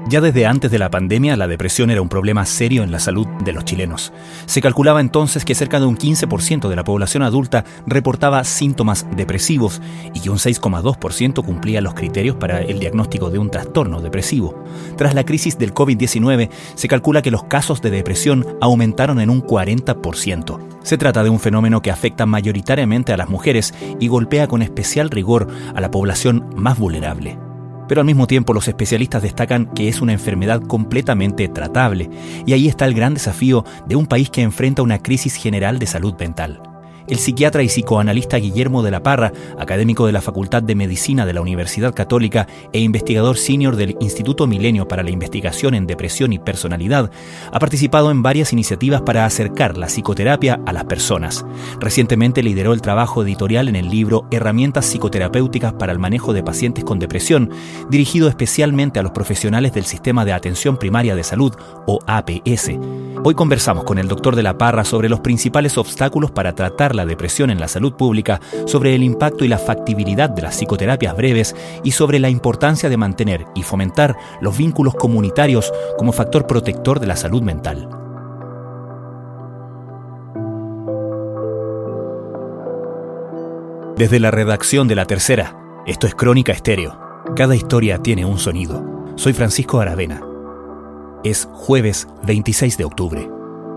Ya desde antes de la pandemia, la depresión era un problema serio en la salud de los chilenos. Se calculaba entonces que cerca de un 15% de la población adulta reportaba síntomas depresivos y que un 6,2% cumplía los criterios para el diagnóstico de un trastorno depresivo. Tras la crisis del COVID-19, se calcula que los casos de depresión aumentaron en un 40%. Se trata de un fenómeno que afecta mayoritariamente a las mujeres y golpea con especial rigor a la población más vulnerable. Pero al mismo tiempo los especialistas destacan que es una enfermedad completamente tratable, y ahí está el gran desafío de un país que enfrenta una crisis general de salud mental. El psiquiatra y psicoanalista Guillermo de la Parra, académico de la Facultad de Medicina de la Universidad Católica e investigador senior del Instituto Milenio para la Investigación en Depresión y Personalidad, ha participado en varias iniciativas para acercar la psicoterapia a las personas. Recientemente lideró el trabajo editorial en el libro Herramientas psicoterapéuticas para el manejo de pacientes con depresión, dirigido especialmente a los profesionales del Sistema de Atención Primaria de Salud, o APS. Hoy conversamos con el doctor de la Parra sobre los principales obstáculos para tratar la depresión en la salud pública, sobre el impacto y la factibilidad de las psicoterapias breves y sobre la importancia de mantener y fomentar los vínculos comunitarios como factor protector de la salud mental. Desde la redacción de La Tercera, esto es Crónica Estéreo. Cada historia tiene un sonido. Soy Francisco Aravena. Es jueves 26 de octubre.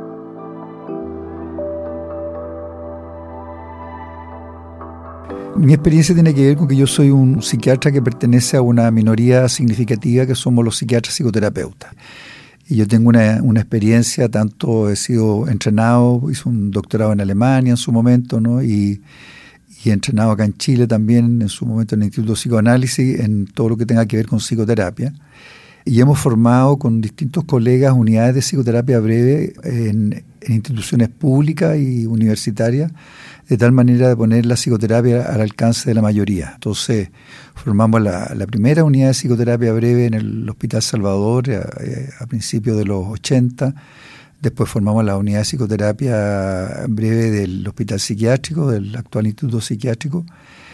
Mi experiencia tiene que ver con que yo soy un psiquiatra que pertenece a una minoría significativa que somos los psiquiatras psicoterapeutas. Y yo tengo una experiencia, tanto he sido entrenado, hice un doctorado en Alemania en su momento, ¿no? Y he entrenado acá en Chile también, en su momento en el Instituto de Psicoanálisis, en todo lo que tenga que ver con psicoterapia. Y hemos formado con distintos colegas unidades de psicoterapia breve en instituciones públicas y universitarias, de tal manera de poner la psicoterapia al alcance de la mayoría. Entonces, formamos la primera unidad de psicoterapia breve en el Hospital Salvador a principios de los 80. Después formamos la unidad de psicoterapia breve del Hospital Psiquiátrico, del actual Instituto Psiquiátrico.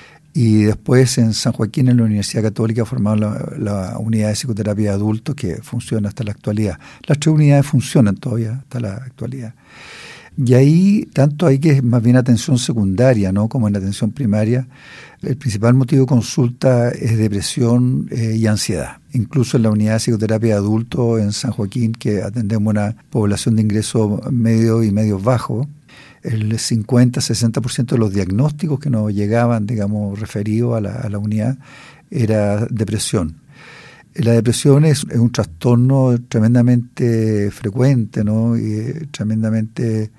Y después en San Joaquín, en la Universidad Católica, formamos la unidad de psicoterapia de adultos que funciona hasta la actualidad. Las tres unidades funcionan todavía hasta la actualidad. Y ahí, tanto hay que es más bien atención secundaria, ¿no?, como en la atención primaria, el principal motivo de consulta es depresión y ansiedad. Incluso en la unidad de psicoterapia de adultos en San Joaquín, que atendemos una población de ingresos medio y medios bajos, el 50-60% de los diagnósticos que nos llegaban, digamos, referidos a la unidad, era depresión. La depresión es un trastorno tremendamente frecuente, ¿no?, y tremendamente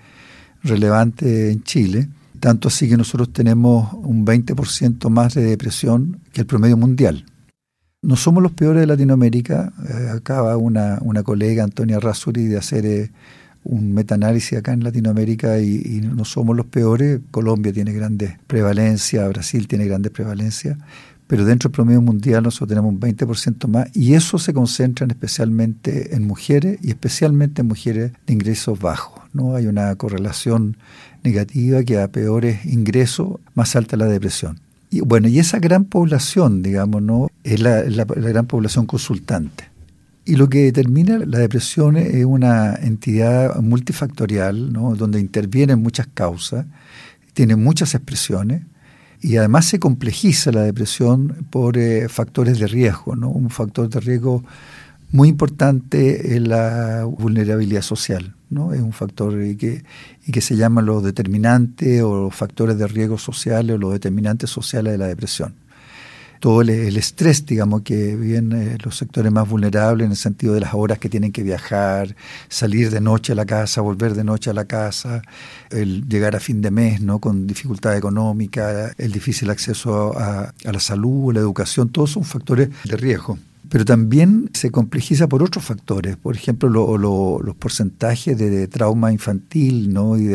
relevante en Chile, tanto así que nosotros tenemos un 20% más de depresión que el promedio mundial. No somos los peores de Latinoamérica. Acaba una colega, Antonia Razzuri, de hacer un metaanálisis acá en Latinoamérica y no somos los peores. Colombia tiene grandes prevalencias, Brasil tiene grandes prevalencias, pero dentro del promedio mundial nosotros tenemos un 20% más, y eso se concentra especialmente en mujeres y especialmente en mujeres de ingresos bajos, ¿no? Hay una correlación negativa que a peores ingresos, más alta la depresión. Y bueno, y esa gran población, digamos, ¿no?, es la gran población consultante. Y lo que determina la depresión es una entidad multifactorial, ¿no?, donde intervienen muchas causas, tiene muchas expresiones, y además se complejiza la depresión por factores de riesgo, ¿no? Un factor de riesgo muy importante es la vulnerabilidad social, ¿no? Es un factor que se llama los determinantes o los factores de riesgo sociales o los determinantes sociales de la depresión. Todo el estrés, digamos, que viven los sectores más vulnerables en el sentido de las horas que tienen que viajar, salir de noche a la casa, volver de noche a la casa, el llegar a fin de mes, ¿no?, con dificultad económica, el difícil acceso a la salud, a la educación, todos son factores de riesgo. Pero también se complejiza por otros factores, por ejemplo, los porcentajes de trauma infantil, ¿no?, y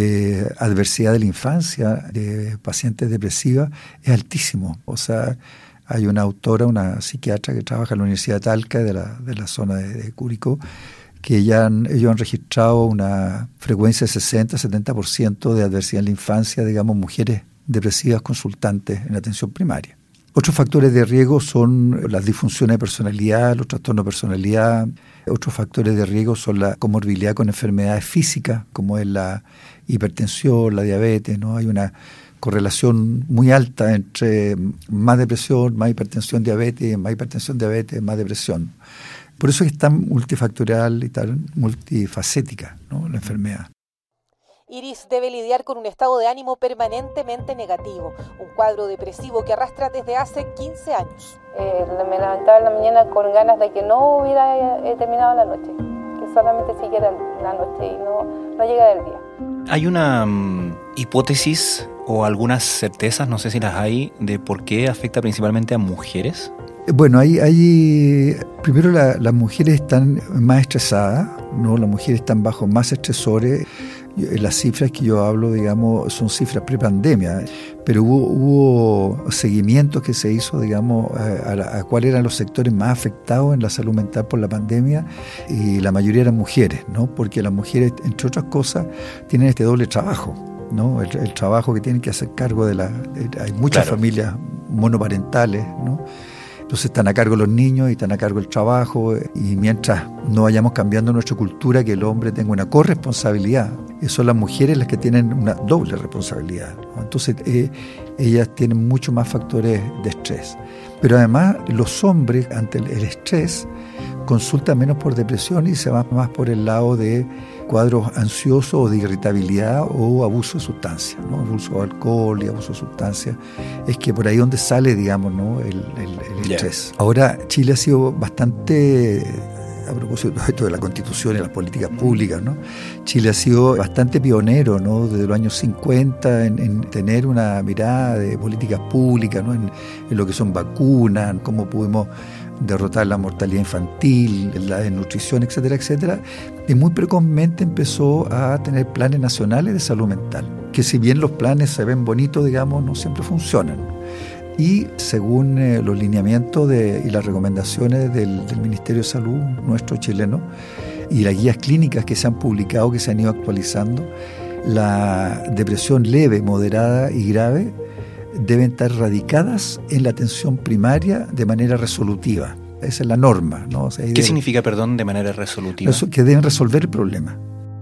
de adversidad de la infancia de pacientes depresivas es altísimo. O sea, hay una autora, una psiquiatra que trabaja en la Universidad de Talca, de la zona de Curicó, que ellos han registrado una frecuencia de 60-70% de adversidad en la infancia, digamos, mujeres depresivas consultantes en atención primaria. Otros factores de riesgo son las disfunciones de personalidad, los trastornos de personalidad. Otros factores de riesgo son la comorbilidad con enfermedades físicas, como es la hipertensión, la diabetes, ¿no? Hay una correlación muy alta entre más depresión, más hipertensión, diabetes, más depresión. Por eso es tan multifactorial y tan multifacética, ¿no?, la enfermedad. Iris debe lidiar con un estado de ánimo permanentemente negativo, un cuadro depresivo que arrastra desde hace 15 años. Me levantaba en la mañana con ganas de que no hubiera terminado la noche, que solamente siguiera la noche y no llegara el día. ¿Hay una hipótesis o algunas certezas, no sé si las hay, de por qué afecta principalmente a mujeres? Bueno, primero las mujeres están más estresadas, ¿no? Las mujeres están bajo más estresores. Las cifras que yo hablo, digamos, son cifras prepandemia, pero hubo seguimientos que se hizo, digamos, a cuáles eran los sectores más afectados en la salud mental por la pandemia, y la mayoría eran mujeres, ¿no? Porque las mujeres, entre otras cosas, tienen este doble trabajo, ¿no? El trabajo que tienen que hacer cargo hay muchas familias monoparentales, ¿no? Entonces están a cargo los niños y están a cargo el trabajo, y mientras no vayamos cambiando nuestra cultura, que el hombre tenga una corresponsabilidad, son las mujeres las que tienen una doble responsabilidad, ¿no? Entonces ellas tienen mucho más factores de estrés. Pero además los hombres ante el estrés consultan menos por depresión y se van más por el lado de cuadros ansiosos o de irritabilidad o abuso de sustancias, ¿no? Abuso de alcohol y abuso de sustancias. Es que por ahí donde sale, digamos, ¿no?, el estrés. Ahora, Chile ha sido bastante, a propósito de esto de la Constitución y las políticas públicas, ¿no? Chile ha sido bastante pionero, ¿no?, desde los años 50 en tener una mirada de políticas públicas, ¿no?, en lo que son vacunas, cómo pudimos derrotar la mortalidad infantil, la desnutrición, etcétera, etcétera. Y muy precozmente empezó a tener planes nacionales de salud mental, que si bien los planes se ven bonitos, digamos, no siempre funcionan. Y según los lineamientos y las recomendaciones del Ministerio de Salud nuestro chileno y las guías clínicas que se han publicado, que se han ido actualizando, la depresión leve, moderada y grave deben estar radicadas en la atención primaria de manera resolutiva. Esa es la norma, ¿no? O sea, ¿Qué significa, perdón, de manera resolutiva? Que deben resolver el problema.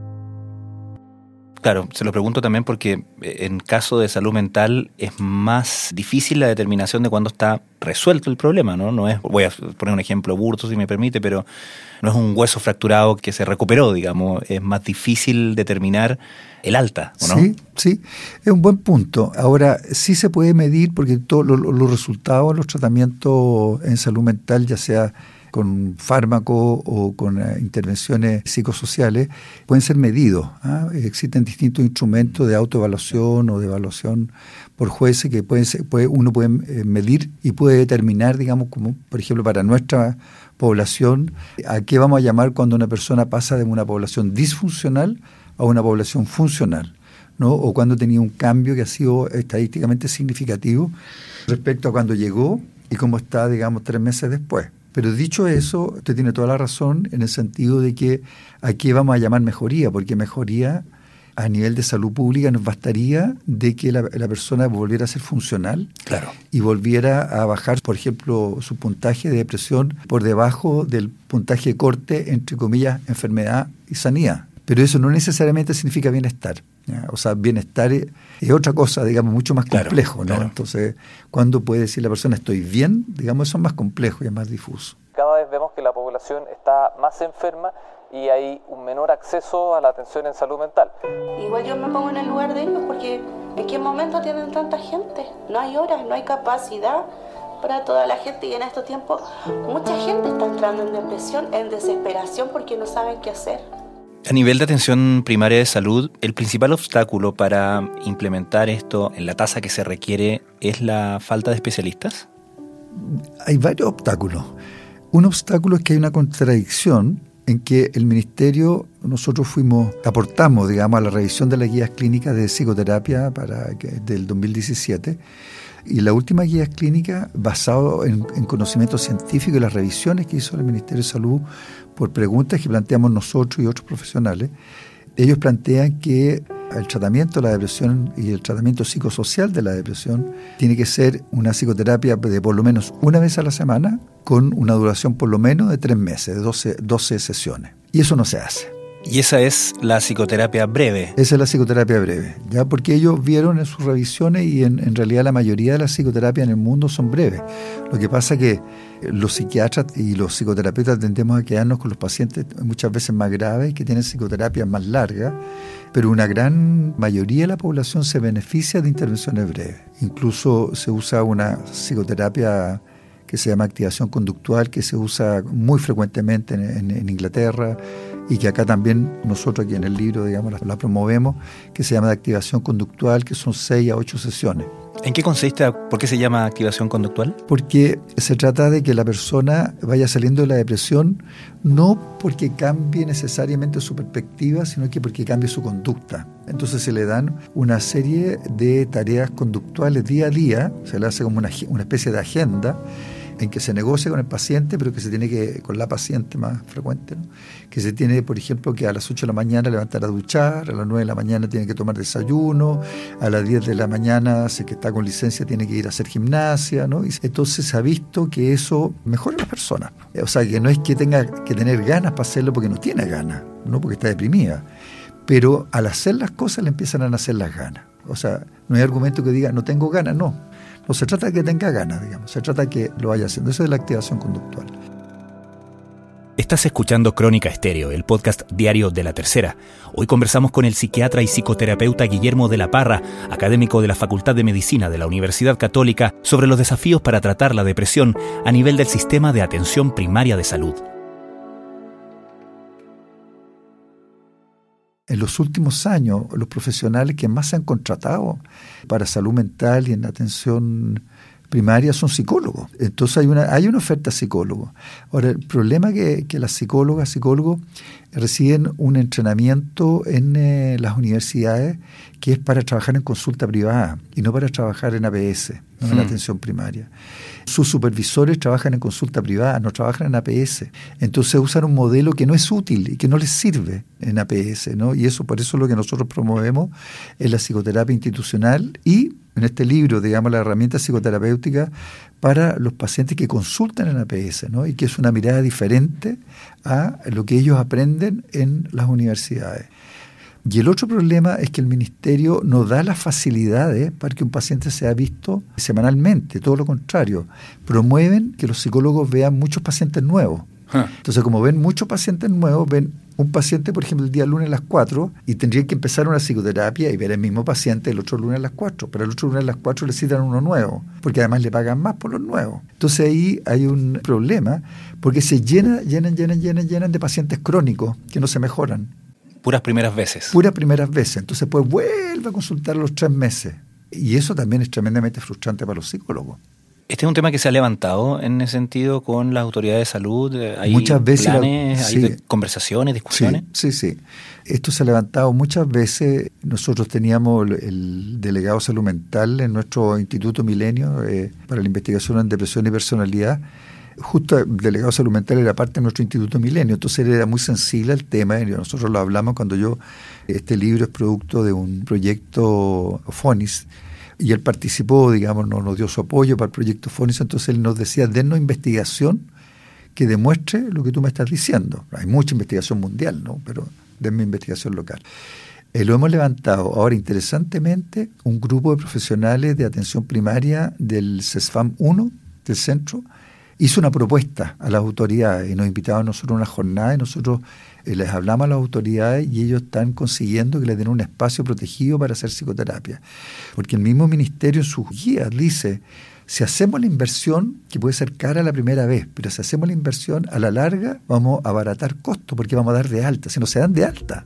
Claro, se lo pregunto también porque en caso de salud mental es más difícil la determinación de cuándo está resuelto el problema, ¿no? No es, voy a poner un ejemplo burdo si me permite, pero no es un hueso fracturado que se recuperó, digamos. Es más difícil determinar el alta, ¿o no? Sí, es un buen punto. Ahora, sí se puede medir porque todos los resultados de los tratamientos en salud mental, ya sea con fármacos o con intervenciones psicosociales, pueden ser medidos, ¿ah? Existen distintos instrumentos de autoevaluación o de evaluación por jueces que uno puede medir y puede determinar, digamos, como por ejemplo para nuestra población, a qué vamos a llamar cuando una persona pasa de una población disfuncional a una población funcional, ¿no? O cuando tenía un cambio que ha sido estadísticamente significativo respecto a cuando llegó y cómo está, digamos, 3 meses después. Pero dicho eso, usted tiene toda la razón en el sentido de que aquí vamos a llamar mejoría, porque mejoría a nivel de salud pública nos bastaría de que la persona volviera a ser funcional, claro, y volviera a bajar, por ejemplo, su puntaje de depresión por debajo del puntaje de corte, entre comillas, enfermedad y sanidad. Pero eso no necesariamente significa bienestar, ¿ya? O sea, bienestar es otra cosa, digamos, mucho más complejo, ¿no? Claro. Entonces, ¿cuándo puede decir la persona estoy bien? Digamos, eso es más complejo y es más difuso. Cada vez vemos que la población está más enferma y hay un menor acceso a la atención en salud mental. Igual yo me pongo en el lugar de ellos porque ¿en qué momento tienen tanta gente? No hay horas, no hay capacidad para toda la gente, y en estos tiempos mucha gente está entrando en depresión, en desesperación porque no saben qué hacer. A nivel de atención primaria de salud, el principal obstáculo para implementar esto en la tasa que se requiere es la falta de especialistas. Hay varios obstáculos. Un obstáculo es que hay una contradicción en que el ministerio, nosotros aportamos, digamos, a la revisión de las guías clínicas de psicoterapia del 2017, y la última guía clínica, basado en conocimiento científico y las revisiones que hizo el Ministerio de Salud por preguntas que planteamos nosotros y otros profesionales, ellos plantean que el tratamiento de la depresión y el tratamiento psicosocial de la depresión tiene que ser una psicoterapia de por lo menos una vez a la semana con una duración por lo menos de 3 meses, de 12 sesiones. Y eso no se hace. Y esa es la psicoterapia breve. Esa es la psicoterapia breve, ¿ya? Porque ellos vieron en sus revisiones y en realidad la mayoría de las psicoterapias en el mundo son breves. Lo que pasa es que los psiquiatras y los psicoterapeutas tendemos a quedarnos con los pacientes muchas veces más graves que tienen psicoterapias más largas, pero una gran mayoría de la población se beneficia de intervenciones breves. Incluso se usa una psicoterapia que se llama activación conductual, que se usa muy frecuentemente en Inglaterra y que acá también nosotros aquí en el libro, digamos, la promovemos, que se llama de activación conductual, que son 6 a 8 sesiones. ¿En qué consiste? ¿Por qué se llama activación conductual? Porque se trata de que la persona vaya saliendo de la depresión no porque cambie necesariamente su perspectiva, sino que porque cambie su conducta. Entonces se le dan una serie de tareas conductuales día a día, se le hace como una especie de agenda en que se negocia con el paciente, pero que se tiene que, con la paciente más frecuente, ¿no? Que se tiene, por ejemplo, que a las 8 de la mañana levantar a duchar, a las 9 de la mañana tiene que tomar desayuno, a las 10 de la mañana, si es que está con licencia, tiene que ir a hacer gimnasia, ¿no? Y entonces se ha visto que eso mejora a las personas. O sea, que no es que tenga que tener ganas para hacerlo porque no tiene ganas, no porque está deprimida, pero al hacer las cosas le empiezan a nacer las ganas. O sea, no hay argumento que diga no tengo ganas, no. No se trata de que tenga ganas, digamos, se trata de que lo vaya haciendo. Eso es la activación conductual. Estás escuchando Crónica Estéreo, el podcast diario de La Tercera. Hoy conversamos con el psiquiatra y psicoterapeuta Guillermo de la Parra, académico de la Facultad de Medicina de la Universidad Católica, sobre los desafíos para tratar la depresión a nivel del sistema de atención primaria de salud. En los últimos años, los profesionales que más se han contratado para salud mental y en atención primaria son psicólogos. Entonces hay una oferta de psicólogos. Ahora, el problema es que las psicólogos reciben un entrenamiento en las universidades que es para trabajar en consulta privada y no para trabajar en APS, no en atención primaria. Sus supervisores trabajan en consulta privada, no trabajan en APS. Entonces usan un modelo que no es útil y que no les sirve en APS, ¿no? Y por eso lo que nosotros promovemos es la psicoterapia institucional y en este libro, digamos, la herramienta psicoterapéutica para los pacientes que consultan en APS, ¿no? Y que es una mirada diferente a lo que ellos aprenden en las universidades. Y el otro problema es que el ministerio no da las facilidades para que un paciente sea visto semanalmente, todo lo contrario. Promueven que los psicólogos vean muchos pacientes nuevos. Entonces, como ven muchos pacientes nuevos, ven un paciente, por ejemplo, el día lunes a las 4 y tendrían que empezar una psicoterapia y ver el mismo paciente el otro lunes a las 4, pero el otro lunes a las 4 le citan uno nuevo, porque además le pagan más por los nuevos. Entonces ahí hay un problema, porque se llenan de pacientes crónicos que no se mejoran. Puras primeras veces. Puras primeras veces. Entonces pues vuelve a consultar a los 3 meses. Y eso también es tremendamente frustrante para los psicólogos. Este es un tema que se ha levantado en ese sentido con las autoridades de salud. ¿Hay muchas veces planes, hay conversaciones, discusiones? Sí. Esto se ha levantado muchas veces. Nosotros teníamos el delegado de salud mental en nuestro Instituto Milenio para la investigación en depresión y personalidad. Justo el delegado de salud mental era parte de nuestro Instituto Milenio, entonces él era muy sensible al tema y nosotros lo hablamos cuando este libro es producto de un proyecto FONIS y él participó, digamos, nos dio su apoyo para el proyecto FONIS, entonces él nos decía, dennos investigación que demuestre lo que tú me estás diciendo. Hay mucha investigación mundial, ¿no? Pero denme investigación local. Lo hemos levantado. Ahora, interesantemente, un grupo de profesionales de atención primaria del CESFAM 1, del centro, hizo una propuesta a las autoridades y nos invitaban a nosotros a una jornada y nosotros les hablamos a las autoridades y ellos están consiguiendo que les den un espacio protegido para hacer psicoterapia. Porque el mismo ministerio en sus guías dice, si hacemos la inversión, que puede ser cara la primera vez, pero si hacemos la inversión a la larga vamos a abaratar costos porque vamos a dar de alta, si no se dan de alta.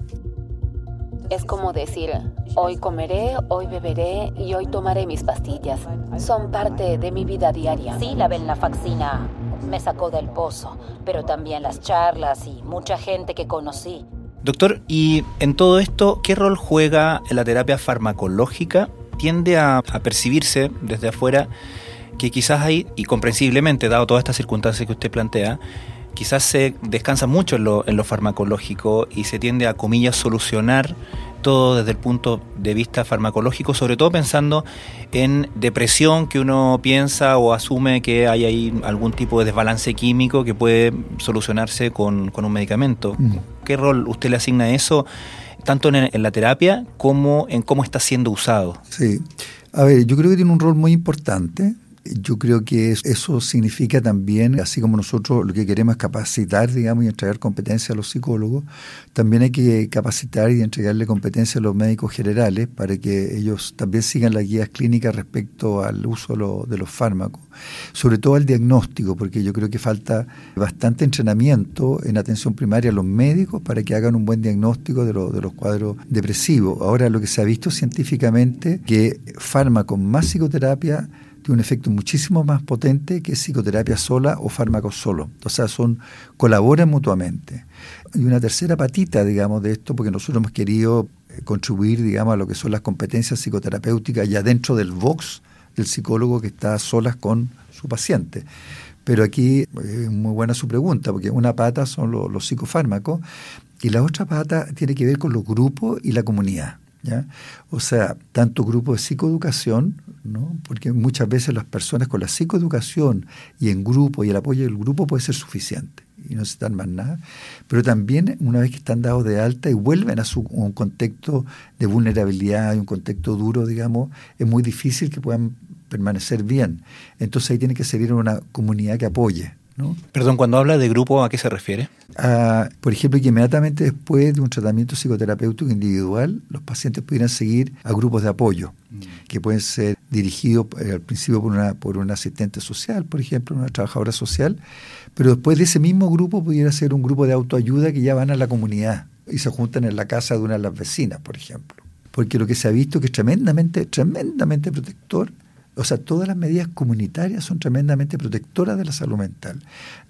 Es como decir, hoy comeré, hoy beberé y hoy tomaré mis pastillas. Son parte de mi vida diaria. Sí, la venlafaxina me sacó del pozo, pero también las charlas y mucha gente que conocí. Doctor, y en todo esto, ¿qué rol juega la terapia farmacológica? Tiende a percibirse desde afuera que quizás hay, y comprensiblemente, dado todas estas circunstancias que usted plantea, quizás se descansa mucho en lo farmacológico y se tiende a, comillas, solucionar todo desde el punto de vista farmacológico, sobre todo pensando en depresión, que uno piensa o asume que hay ahí algún tipo de desbalance químico que puede solucionarse con un medicamento. ¿Qué rol usted le asigna a eso, tanto en la terapia como en cómo está siendo usado? Sí, a ver, yo creo que tiene un rol muy importante. Yo creo que eso significa también, así como nosotros lo que queremos es capacitar, digamos, y entregar competencia a los psicólogos, también hay que capacitar y entregarle competencia a los médicos generales para que ellos también sigan las guías clínicas respecto al uso de los fármacos, sobre todo al diagnóstico, porque yo creo que falta bastante entrenamiento en atención primaria a los médicos para que hagan un buen diagnóstico de los cuadros depresivos. Ahora, lo que se ha visto científicamente, que fármacos más psicoterapia tiene un efecto muchísimo más potente que psicoterapia sola o fármacos solo. O sea, colaboran mutuamente. Y una tercera patita, digamos, de esto, porque nosotros hemos querido contribuir, digamos, a lo que son las competencias psicoterapéuticas ya dentro del box del psicólogo que está a solas con su paciente. Pero aquí es muy buena su pregunta, porque una pata son los psicofármacos y la otra pata tiene que ver con los grupos y la comunidad, ¿ya? O sea, tanto grupos de psicoeducación, ¿no? Porque muchas veces las personas con la psicoeducación y en grupo y el apoyo del grupo puede ser suficiente y no necesitan más nada, pero también una vez que están dados de alta y vuelven a un contexto de vulnerabilidad y un contexto duro, digamos, es muy difícil que puedan permanecer bien. Entonces ahí tiene que servir una comunidad que apoye, ¿no? Perdón, cuando habla de grupo, ¿a qué se refiere? Por ejemplo, que inmediatamente después de un tratamiento psicoterapéutico individual, los pacientes pudieran seguir a grupos de apoyo, que pueden ser dirigidos al principio por una asistente social, por ejemplo, una trabajadora social, pero después de ese mismo grupo pudiera ser un grupo de autoayuda que ya van a la comunidad y se juntan en la casa de una de las vecinas, por ejemplo. Porque lo que se ha visto que es tremendamente protector. O sea, todas las medidas comunitarias son tremendamente protectoras de la salud mental.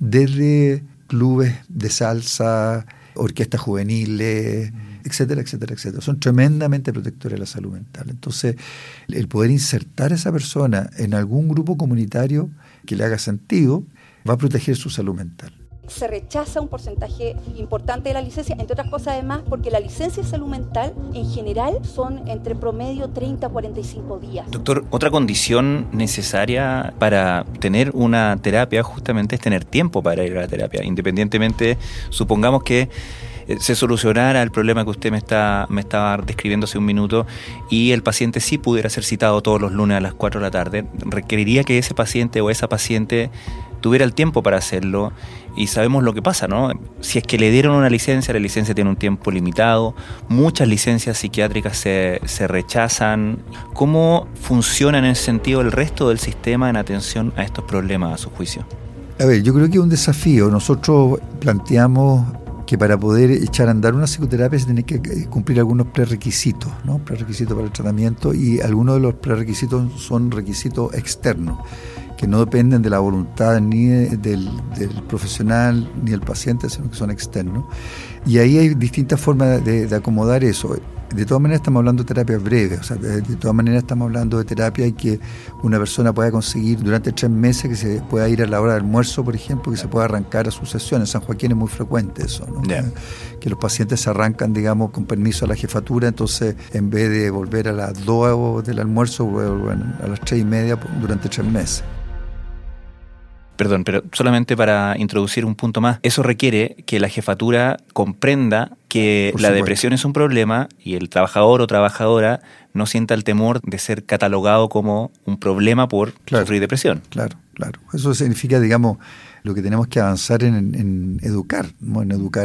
Desde clubes de salsa, orquestas juveniles, etcétera, etcétera, etcétera. Son tremendamente protectoras de la salud mental. Entonces, el poder insertar a esa persona en algún grupo comunitario que le haga sentido, va a proteger su salud mental. Se rechaza un porcentaje importante de la licencia, entre otras cosas además, porque la licencia de salud mental en general son entre promedio 30 a 45 días. Doctor, otra condición necesaria para tener una terapia justamente es tener tiempo para ir a la terapia, independientemente, supongamos que se solucionara el problema que usted me estaba describiendo hace un minuto y el paciente sí pudiera ser citado todos los lunes a las 4 de la tarde, requeriría que ese paciente o esa paciente tuviera el tiempo para hacerlo y sabemos lo que pasa, ¿no? Si es que le dieron una licencia, la licencia tiene un tiempo limitado, muchas licencias psiquiátricas se rechazan. ¿Cómo funciona en ese sentido el resto del sistema en atención a estos problemas, a su juicio? A ver, yo creo que es un desafío. Nosotros planteamos que para poder echar a andar una psicoterapia se tiene que cumplir algunos prerequisitos, ¿no? Prerequisitos para el tratamiento, y algunos de los prerequisitos son requisitos externos, que no dependen de la voluntad ni del profesional ni del paciente, sino que son externos. Y ahí hay distintas formas de acomodar eso. De todas maneras estamos hablando de terapias breves, o sea, de todas maneras estamos hablando de terapia y que una persona pueda conseguir durante 3 meses que se pueda ir a la hora del almuerzo, por ejemplo, que se pueda arrancar a sus sesiones. En San Joaquín es muy frecuente eso, ¿no? Yeah. Que los pacientes se arrancan, digamos, con permiso a la jefatura, entonces en vez de volver a las 2 del almuerzo, vuelven a las 3:30 durante 3 meses. Perdón, pero solamente para introducir un punto más, eso requiere que la jefatura comprenda que la depresión es un problema y el trabajador o trabajadora no sienta el temor de ser catalogado como un problema por sufrir depresión. Claro. Eso significa, digamos, lo que tenemos que avanzar en educar, ¿no? En educar.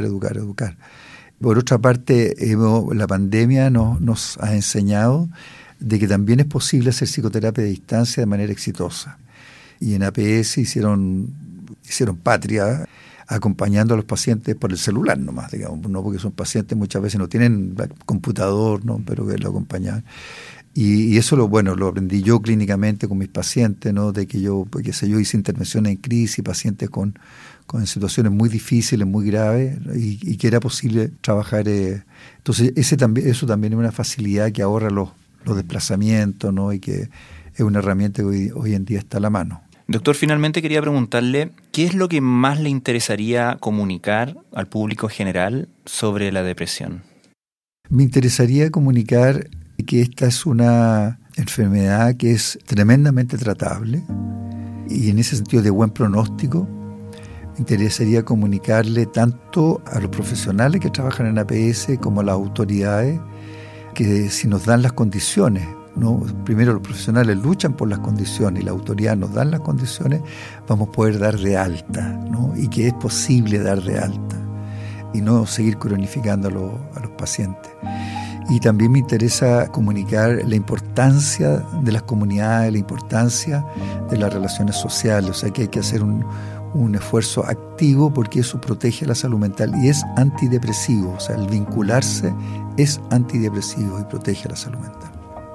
Por otra parte, la pandemia nos ha enseñado de que también es posible hacer psicoterapia de distancia de manera exitosa. Y en APS hicieron patria acompañando a los pacientes por el celular nomás, digamos, no, porque son pacientes muchas veces no tienen computador, ¿no? Pero que lo acompañaban. Y eso lo aprendí yo clínicamente con mis pacientes, ¿no? De que yo hice intervenciones en crisis, pacientes con situaciones muy difíciles, muy graves, y que era posible trabajar. Entonces eso también es una facilidad que ahorra los desplazamientos, ¿no? Y que es una herramienta que hoy en día está a la mano. Doctor, finalmente quería preguntarle ¿Qué es lo que más le interesaría comunicar al público general sobre la depresión? Me interesaría comunicar que esta es una enfermedad que es tremendamente tratable y en ese sentido de buen pronóstico. Me interesaría comunicarle tanto a los profesionales que trabajan en APS como a las autoridades que si nos dan las condiciones, ¿no? Primero los profesionales luchan por las condiciones y la autoridad nos dan las condiciones, vamos a poder dar de alta, ¿no? Y que es posible dar de alta y no seguir cronificando a los pacientes. Y también me interesa comunicar la importancia de las comunidades, la importancia de las relaciones sociales, o sea que hay que hacer un esfuerzo activo porque eso protege la salud mental y es antidepresivo, o sea, el vincularse es antidepresivo y protege la salud mental.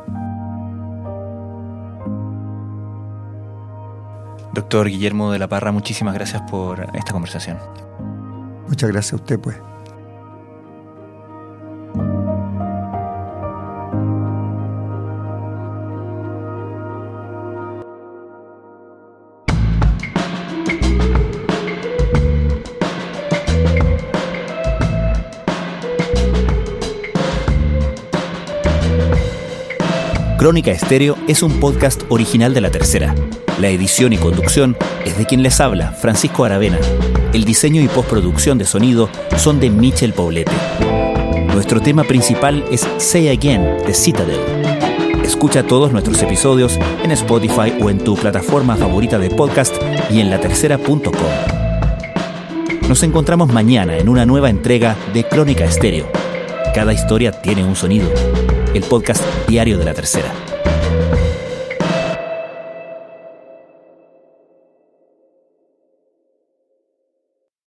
Doctor Guillermo de la Parra, muchísimas gracias por esta conversación. Muchas gracias a usted, pues. Crónica Estéreo es un podcast original de La Tercera. La edición y conducción es de quien les habla, Francisco Aravena. El diseño y postproducción de sonido son de Michel Poblete. Nuestro tema principal es Say Again, de Citadel. Escucha todos nuestros episodios en Spotify o en tu plataforma favorita de podcast y en latercera.com. Nos encontramos mañana en una nueva entrega de Crónica Estéreo. Cada historia tiene un sonido. El podcast diario de La Tercera.